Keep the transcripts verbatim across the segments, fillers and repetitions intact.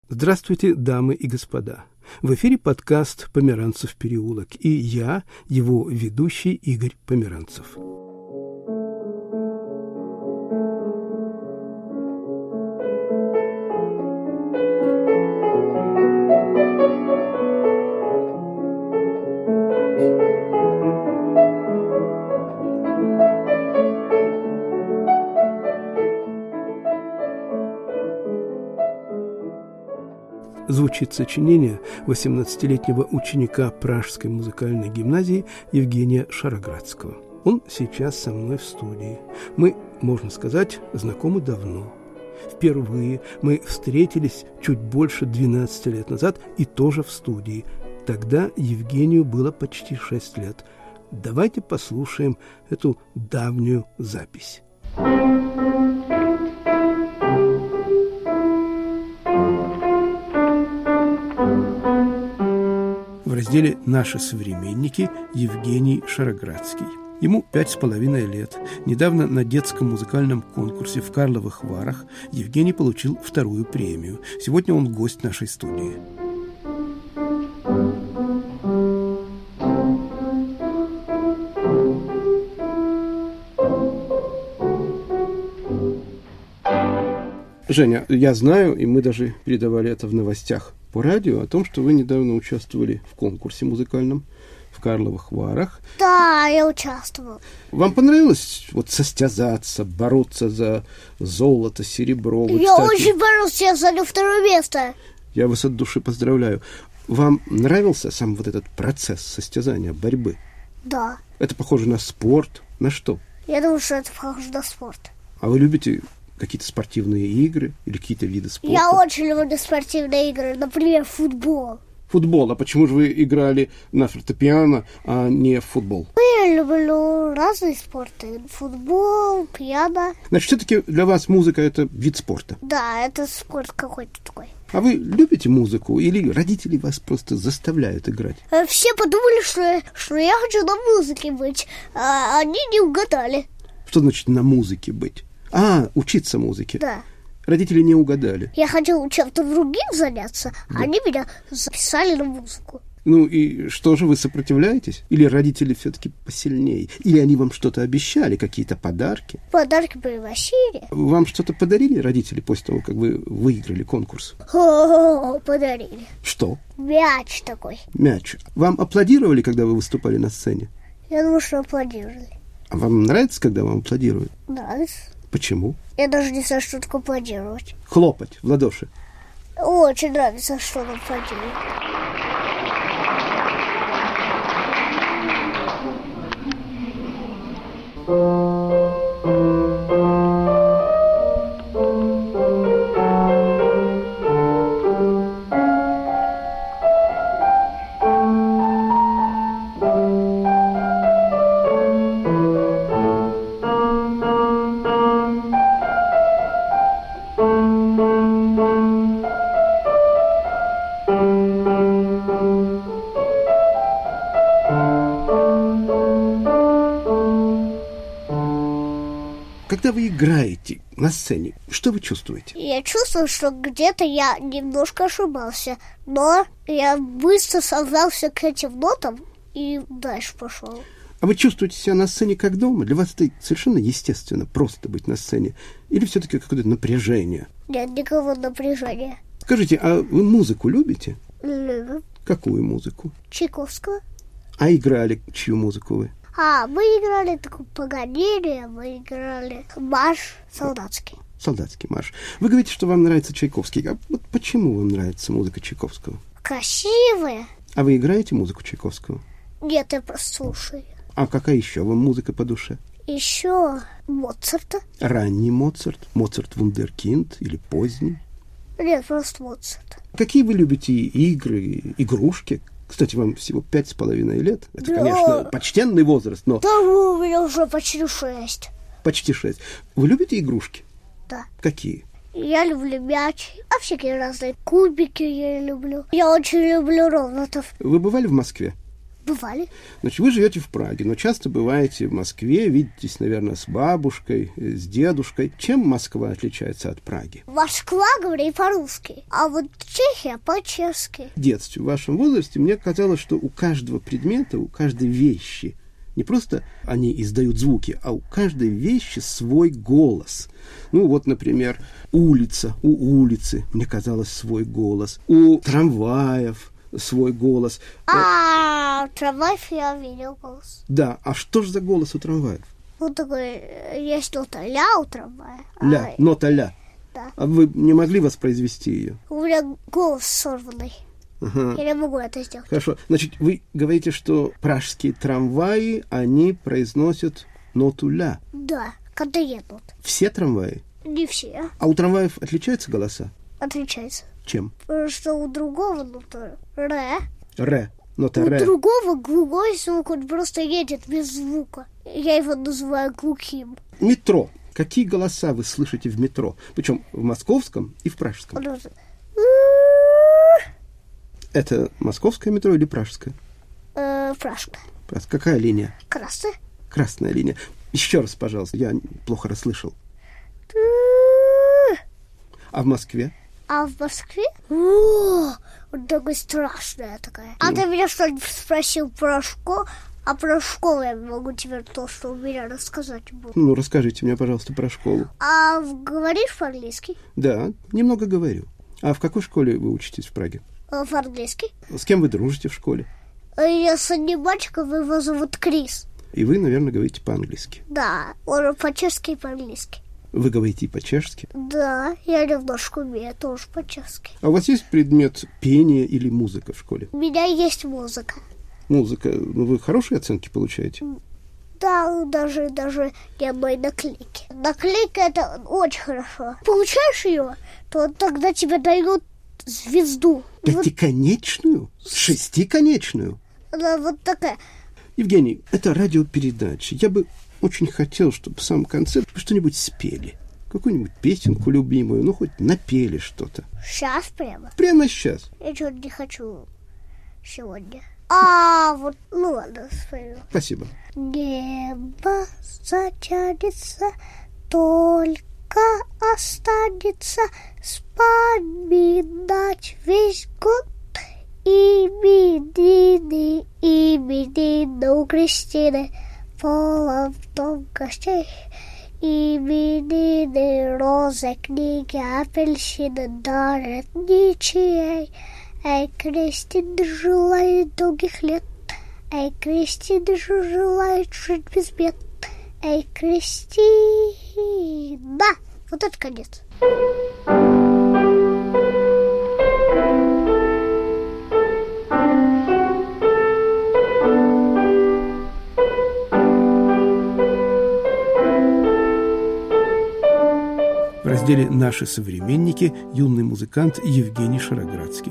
Здравствуйте, дамы и господа. В эфире подкаст «Померанцев переулок» и я, его ведущий Игорь Померанцев. Звучит сочинение восемнадцатилетнего ученика Пражской музыкальной гимназии Евгения Шароградского. Он сейчас со мной в студии. Мы, можно сказать, знакомы давно. Впервые мы встретились чуть больше двенадцати лет назад и тоже в студии. Тогда Евгению было почти шесть лет. Давайте послушаем эту давнюю запись. В разделе «Наши современники» Евгений Шароградский. Ему пять с половиной лет. Недавно на детском музыкальном конкурсе в Карловых Варах Евгений получил вторую премию. Сегодня он гость нашей студии. Женя, я знаю, и мы даже передавали это в новостях по радио, о том, что вы недавно участвовали в конкурсе музыкальном в Карловых Варах. Да, я участвовала. Вам понравилось вот состязаться, бороться за золото, серебро? Вы, я кстати, очень боролся, я занял второе место. Я вас от души поздравляю. Вам нравился сам вот этот процесс состязания, борьбы? Да. Это похоже на спорт? На что? Я думаю, что это похоже на спорт. А вы любите какие-то спортивные игры или какие-то виды спорта? Я очень люблю спортивные игры, например, футбол. Футбол. А почему же вы играли на фортепиано, а не в футбол? Я люблю разные спорты. Футбол, пиано. Значит, все-таки для вас музыка – это вид спорта? Да, это спорт какой-то такой. А вы любите музыку или родители вас просто заставляют играть? Все подумали, что, что я хочу на музыке быть, а они не угадали. Что значит на музыке быть? А, учиться музыке. Да. Родители не угадали. Я хотела чем-то другим заняться, да. А они меня записали на музыку. Ну и что же, вы сопротивляетесь? Или родители все-таки посильнее? Или они вам что-то обещали, какие-то подарки? Подарки приносили. Вам что-то подарили родители после того, как вы выиграли конкурс? О, подарили. Что? Мяч такой. Мяч. Вам аплодировали, когда вы выступали на сцене? Я думаю, что аплодировали. А вам нравится, когда вам аплодируют? Нравится. Почему? Я даже не знаю, что такое аплодировать. Хлопать в ладоши. Очень нравится, что он аплодирует. Когда вы играете на сцене, что вы чувствуете? Я чувствую, что где-то я немножко ошибался, но я быстро собрался к этим нотам и дальше пошел. А вы чувствуете себя на сцене как дома? Для вас это совершенно естественно, просто быть на сцене? Или все-таки какое-то напряжение? Нет никакого напряжения. Скажите, а вы музыку любите? Люблю. Какую музыку? Чайковского. А играли чью музыку вы? А, мы играли такую Паганини, мы играли марш солдатский. Солдатский марш. Вы говорите, что вам нравится Чайковский. А вот почему вам нравится музыка Чайковского? Красивая. А вы играете музыку Чайковского? Нет, я просто слушаю. А какая еще вам музыка по душе? Еще Моцарта. Ранний Моцарт? Моцарт вундеркинд или поздний? Нет, просто Моцарт. Какие вы любите игры, игрушки? Кстати, вам всего пять с половиной лет. Это, да. конечно, почтенный возраст, но... Да, у меня уже почти шесть. Почти шесть. Вы любите игрушки? Да. Какие? Я люблю мяч, а всякие разные кубики я люблю. Я очень люблю роботов. Вы бывали в Москве? Бывали. Значит, вы живете в Праге, но часто бываете в Москве, видитесь, наверное, с бабушкой, с дедушкой. Чем Москва отличается от Праги? Москва говорит по-русски, а вот Чехия по-чешски. В детстве, в вашем возрасте, мне казалось, что у каждого предмета, у каждой вещи, не просто они издают звуки, а у каждой вещи свой голос. Ну, вот, например, улица, у улицы, мне казалось, свой голос. У трамваев свой голос. А, у трамваев я видел голос. Да, а что же за голос у трамваев? Ну, такой, есть нота ля у трамвая. Ля, а, нота ля. Да. А вы не могли воспроизвести ее? У меня голос сорванный. Ага. Я не могу это сделать. Хорошо. Значит, вы говорите, что пражские трамваи, они произносят ноту ля. Да, когда едут. Все трамваи? Не все. А у трамваев отличаются голоса? Отличается. Чем? Потому что у другого нота ре. Ре. Нота У ре. другого глухой звук, он просто едет без звука. Я его называю глухим. Метро. Какие голоса вы слышите в метро? Причем в московском и в пражском. Он просто... Это московское метро или пражское? Э, Пражка. Пражское. Какая линия? Красная. Красная линия. Еще раз, пожалуйста, я плохо расслышал. А в Москве? А в Москве? О, вот такая страшная такая. А ты меня что-нибудь спросил про школу? А про школу я могу тебе то, что у меня рассказать буду. Ну, расскажите мне, пожалуйста, про школу. А говоришь по-английски? Да, немного говорю. А в какой школе вы учитесь в Праге? По-английски. С кем вы дружите в школе? Я с одним мальчиком, его зовут Крис. И вы, наверное, говорите по-английски. Да, он по-чешски и по-английски. Вы говорите и по-чешски? Да, я немножко умею тоже по-чешски. А у вас есть предмет пения или музыка в школе? У меня есть музыка. Музыка. Ну, вы хорошие оценки получаете? Да, даже, даже ни одной наклейки. Наклейка — это очень хорошо. Получаешь ее, то тогда тебе дают звезду. Пятиконечную? Шестиконечную? Она вот такая. Евгений, это радиопередача. Я бы очень хотел, чтобы в самом конце вы что-нибудь спели. Какую-нибудь песенку любимую, ну, хоть напели что-то. Сейчас прямо? Прямо сейчас. Я что-то не хочу сегодня. А, вот, ну ладно, спою. Спасибо. Небо затянется, только останется вспоминать весь год. Именины, именины у Кристины, полон в том гостей. Именины, розы, книги, апельсины дарят ничьей. Эй, Кристина желает долгих лет. Эй, Кристина желает жить без бед. Эй, Кристина. Вот это конец. В разделе «Наши современники» юный музыкант Евгений Шароградский.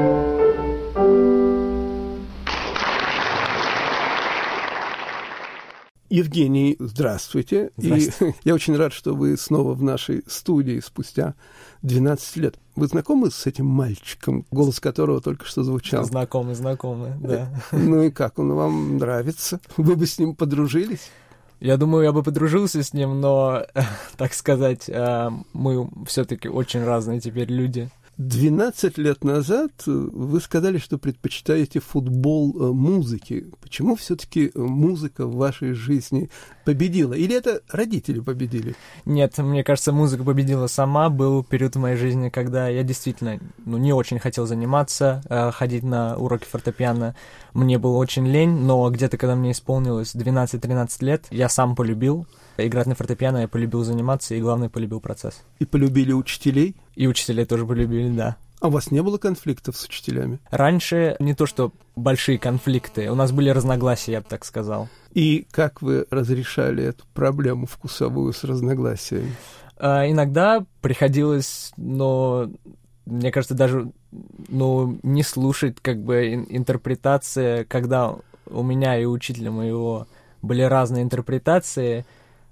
Евгений, здравствуйте. здравствуйте. И я очень рад, что вы снова в нашей студии спустя двенадцать лет. Вы знакомы с этим мальчиком, голос которого только что звучал? Знакомы, знакомы, да. Ну и как, он вам нравится? Вы бы с ним подружились? Я думаю, я бы подружился с ним, но, так сказать, мы все-таки очень разные теперь люди. двенадцать лет назад вы сказали, что предпочитаете футбол музыки. Почему все-таки музыка в вашей жизни победила? Или это родители победили? Нет, мне кажется, музыка победила сама. Был период в моей жизни, когда я действительно ну, не очень хотел заниматься, ходить на уроки фортепиано. Мне было очень лень, но где-то, когда мне исполнилось двенадцать-тринадцать лет, я сам полюбил играть на фортепиано, я полюбил заниматься и, главное, полюбил процесс. И полюбили учителей? И учителей тоже полюбили, да. А у вас не было конфликтов с учителями? Раньше не то, что большие конфликты, у нас были разногласия, я бы так сказал. И как вы разрешали эту проблему вкусовую с разногласиями? А, иногда приходилось, но, мне кажется, даже ну, не слушать как бы интерпретации, когда у меня и у учителя моего были разные интерпретации.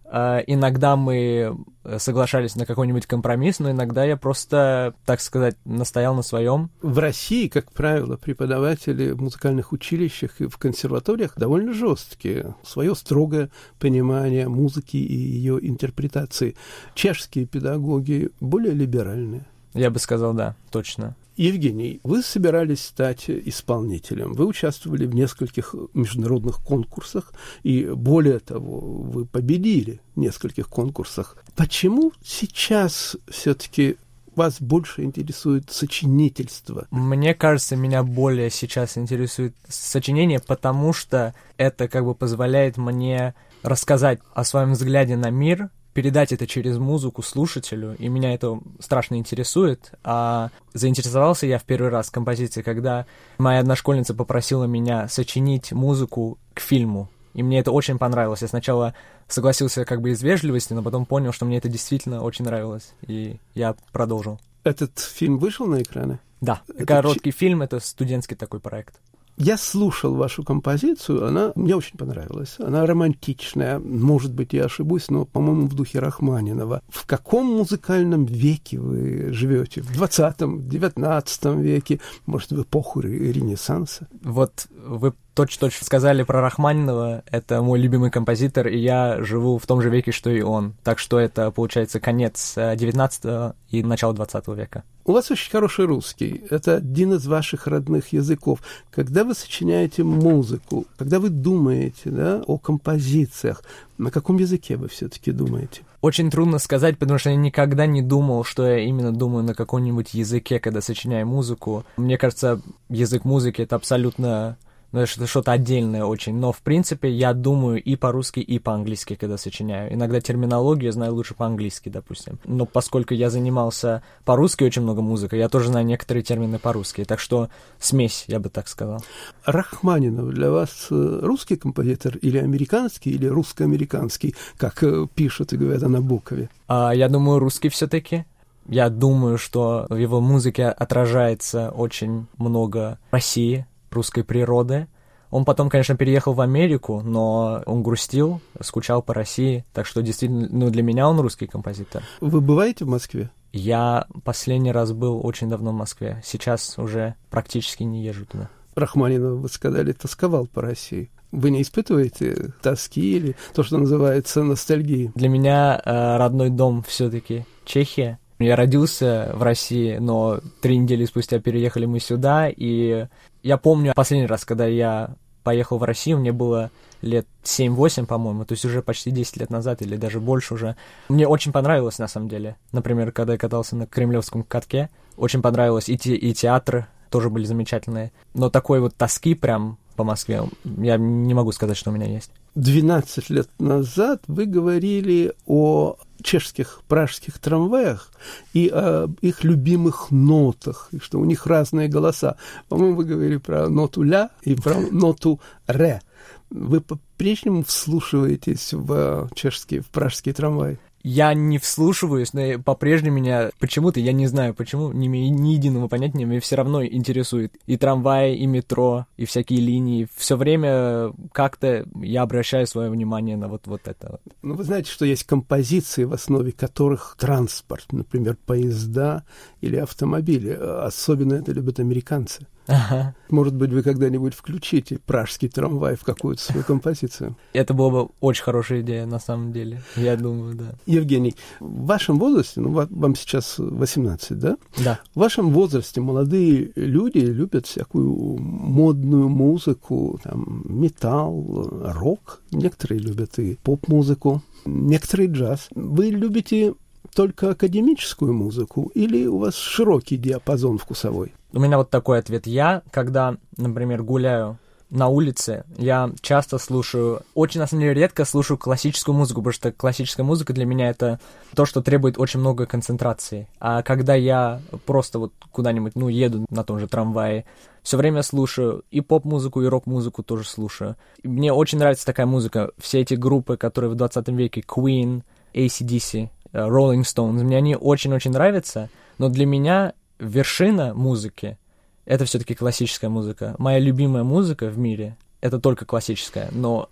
Иногда мы соглашались на какой-нибудь компромисс, но иногда я просто, так сказать, настоял на своем. В России, как правило, преподаватели в музыкальных училищах и в консерваториях довольно жесткие. Свое строгое понимание музыки и ее интерпретации. Чешские педагоги более либеральные. Я бы сказал, да, точно. Евгений, вы собирались стать исполнителем. Вы участвовали в нескольких международных конкурсах, и более того, вы победили в нескольких конкурсах. Почему сейчас все-таки вас больше интересует сочинительство? Мне кажется, меня более сейчас интересует сочинение, потому что это как бы позволяет мне рассказать о своем взгляде на мир, передать это через музыку слушателю, и меня это страшно интересует. А заинтересовался я в первый раз композицией, когда моя одношкольница попросила меня сочинить музыку к фильму, и мне это очень понравилось. Я сначала согласился как бы из вежливости, но потом понял, что мне это действительно очень нравилось, и я продолжил. Этот фильм вышел на экраны? Да, это короткий ч... фильм, это студентский такой проект. Я слушал вашу композицию, она мне очень понравилась. Она романтичная, может быть, я ошибусь, но, по-моему, в духе Рахманинова. В каком музыкальном веке вы живете? В двадцатом, девятнадцатом веке? Может, в эпоху Ренессанса? Вот вы точно-точно сказали про Рахманинова, это мой любимый композитор, и я живу в том же веке, что и он. Так что это, получается, конец девятнадцатого и начало двадцатого века. У вас очень хороший русский. Это один из ваших родных языков. Когда вы сочиняете музыку, когда вы думаете, да, о композициях, на каком языке вы все-таки думаете? Очень трудно сказать, потому что я никогда не думал, что я именно думаю на каком-нибудь языке, когда сочиняю музыку. Мне кажется, язык музыки — это абсолютно... Ну, это что-то отдельное очень. Но, в принципе, я думаю и по-русски, и по-английски, когда сочиняю. Иногда терминологию я знаю лучше по-английски, допустим. Но поскольку я занимался по-русски очень много музыкой, я тоже знаю некоторые термины по-русски. Так что смесь, я бы так сказал. Рахманинов для вас русский композитор или американский, или русско-американский, как пишут и говорят на букове? А, я думаю, русский все-таки. Я думаю, что в его музыке отражается очень много России, русской природы. Он потом, конечно, переехал в Америку, но он грустил, скучал по России, так что действительно, ну, для меня он русский композитор. Вы бываете в Москве? Я последний раз был очень давно в Москве, сейчас уже практически не езжу туда. Рахманинов, вы сказали, тосковал по России. Вы не испытываете тоски или то, что называется ностальгией? Для меня э, родной дом все-таки Чехия. Я родился в России, но три недели спустя переехали мы сюда, и я помню последний раз, когда я поехал в Россию, мне было лет семь-восемь, по-моему, то есть уже почти десять лет назад или даже больше уже. Мне очень понравилось, на самом деле. Например, когда я катался на Кремлевском катке, очень понравилось, и, те, и театры тоже были замечательные. Но такой вот тоски прям по Москве я не могу сказать, что у меня есть. двенадцать лет назад вы говорили о чешских пражских трамваях и о их любимых нотах, и что у них разные голоса. По-моему, вы говорили про ноту ля и про ноту ре. Вы по-прежнему вслушиваетесь в чешские, в пражские трамваи? Я не вслушиваюсь, но по-прежнему меня почему-то, я не знаю почему, не имею ни единого понятия, меня все равно интересует и трамваи, и метро, и всякие линии. Все время как-то я обращаю свое внимание на вот, вот это. Ну, вы знаете, что есть композиции, в основе которых транспорт, например, поезда или автомобили. Особенно это любят американцы. Ага. Может быть, вы когда-нибудь включите пражский трамвай в какую-то свою композицию? Это была бы очень хорошая идея, на самом деле. Я думаю, да. Евгений, в вашем возрасте, ну, вам сейчас восемнадцать, да? Да. В вашем возрасте молодые люди любят всякую модную музыку, там, металл, рок. Некоторые любят и поп-музыку, некоторые джаз. Вы любите только академическую музыку или у вас широкий диапазон вкусовой? У меня вот такой ответ. Я, когда, например, гуляю на улице, я часто слушаю, очень, на самом деле, редко слушаю классическую музыку, потому что классическая музыка для меня это то, что требует очень много концентрации. А когда я просто вот куда-нибудь, ну, еду на том же трамвае, все время слушаю и поп-музыку, и рок-музыку тоже слушаю. И мне очень нравится такая музыка. Все эти группы, которые в двадцатом веке, Queen, эй си ди си, Rolling Stones, мне они очень-очень нравятся, но для меня вершина музыки — это все-таки классическая музыка. Моя любимая музыка в мире — это только классическая, но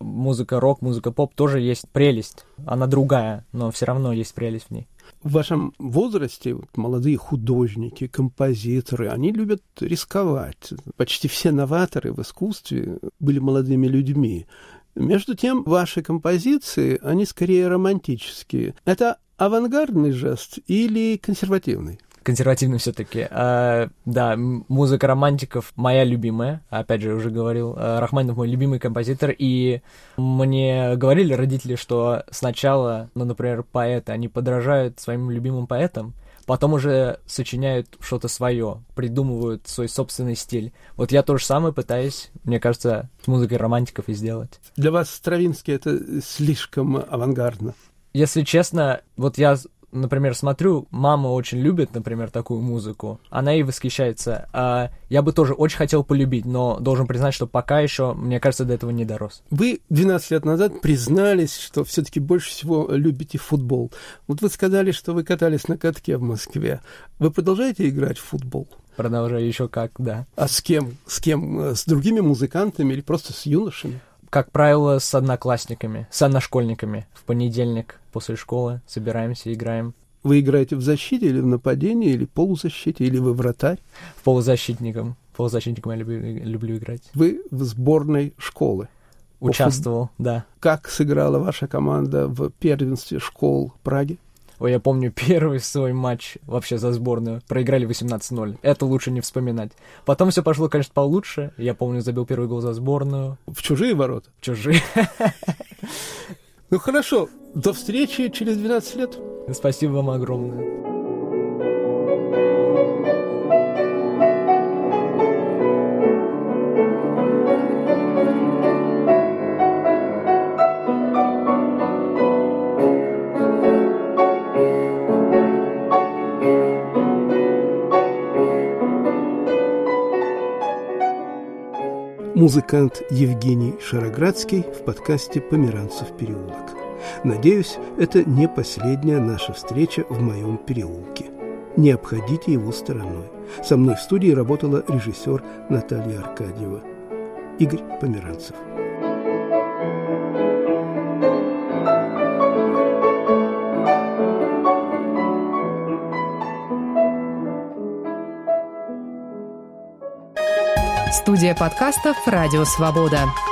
Музыка рок, музыка поп тоже есть прелесть. Она другая, но все равно есть прелесть в ней. В вашем возрасте вот, молодые художники, композиторы, они любят рисковать. Почти все новаторы в искусстве были молодыми людьми. Между тем, ваши композиции, они скорее романтические. Это авангардный жест или консервативный? Консервативный все-таки. А, да, музыка романтиков моя любимая. Опять же, уже говорил, Рахманинов мой любимый композитор. И мне говорили родители, что сначала, ну, например, поэты, они подражают своим любимым поэтам, потом уже сочиняют что-то свое, придумывают свой собственный стиль. Вот я то же самое пытаюсь, мне кажется, с музыкой романтиков и сделать. Для вас Стравинский это слишком авангардно? Если честно, вот я... Например, смотрю, мама очень любит, например, такую музыку, она ей восхищается. А я бы тоже очень хотел полюбить, но должен признать, что пока еще, мне кажется, до этого не дорос. Вы двенадцать лет назад признались, что все-таки больше всего любите футбол. Вот вы сказали, что вы катались на катке в Москве. Вы продолжаете играть в футбол? Продолжаю еще как, да. А с кем? С кем? С другими музыкантами или просто с юношами? Как правило, с одноклассниками, с одношкольниками. В понедельник после школы собираемся, играем. Вы играете в защите или в нападении, или в полузащите, или вы вратарь? В полузащитником. Полузащитником я люблю, люблю играть. Вы в сборной школы? Участвовал, фут... да. Как сыграла ваша команда в первенстве школ Праги? Ой, я помню первый свой матч вообще за сборную. Проиграли восемнадцать ноль. Это лучше не вспоминать. Потом все пошло, конечно, получше. Я помню, забил первый гол за сборную. В чужие ворота? В чужие. Ну хорошо, до встречи через двенадцать лет. Спасибо вам огромное. Музыкант Евгений Шароградский в подкасте «Померанцев переулок». Надеюсь, это не последняя наша встреча в моем переулке. Не обходите его стороной. Со мной в студии работала режиссер Наталья Аркадьева. Игорь Померанцев. Студия подкастов «Радио Свобода».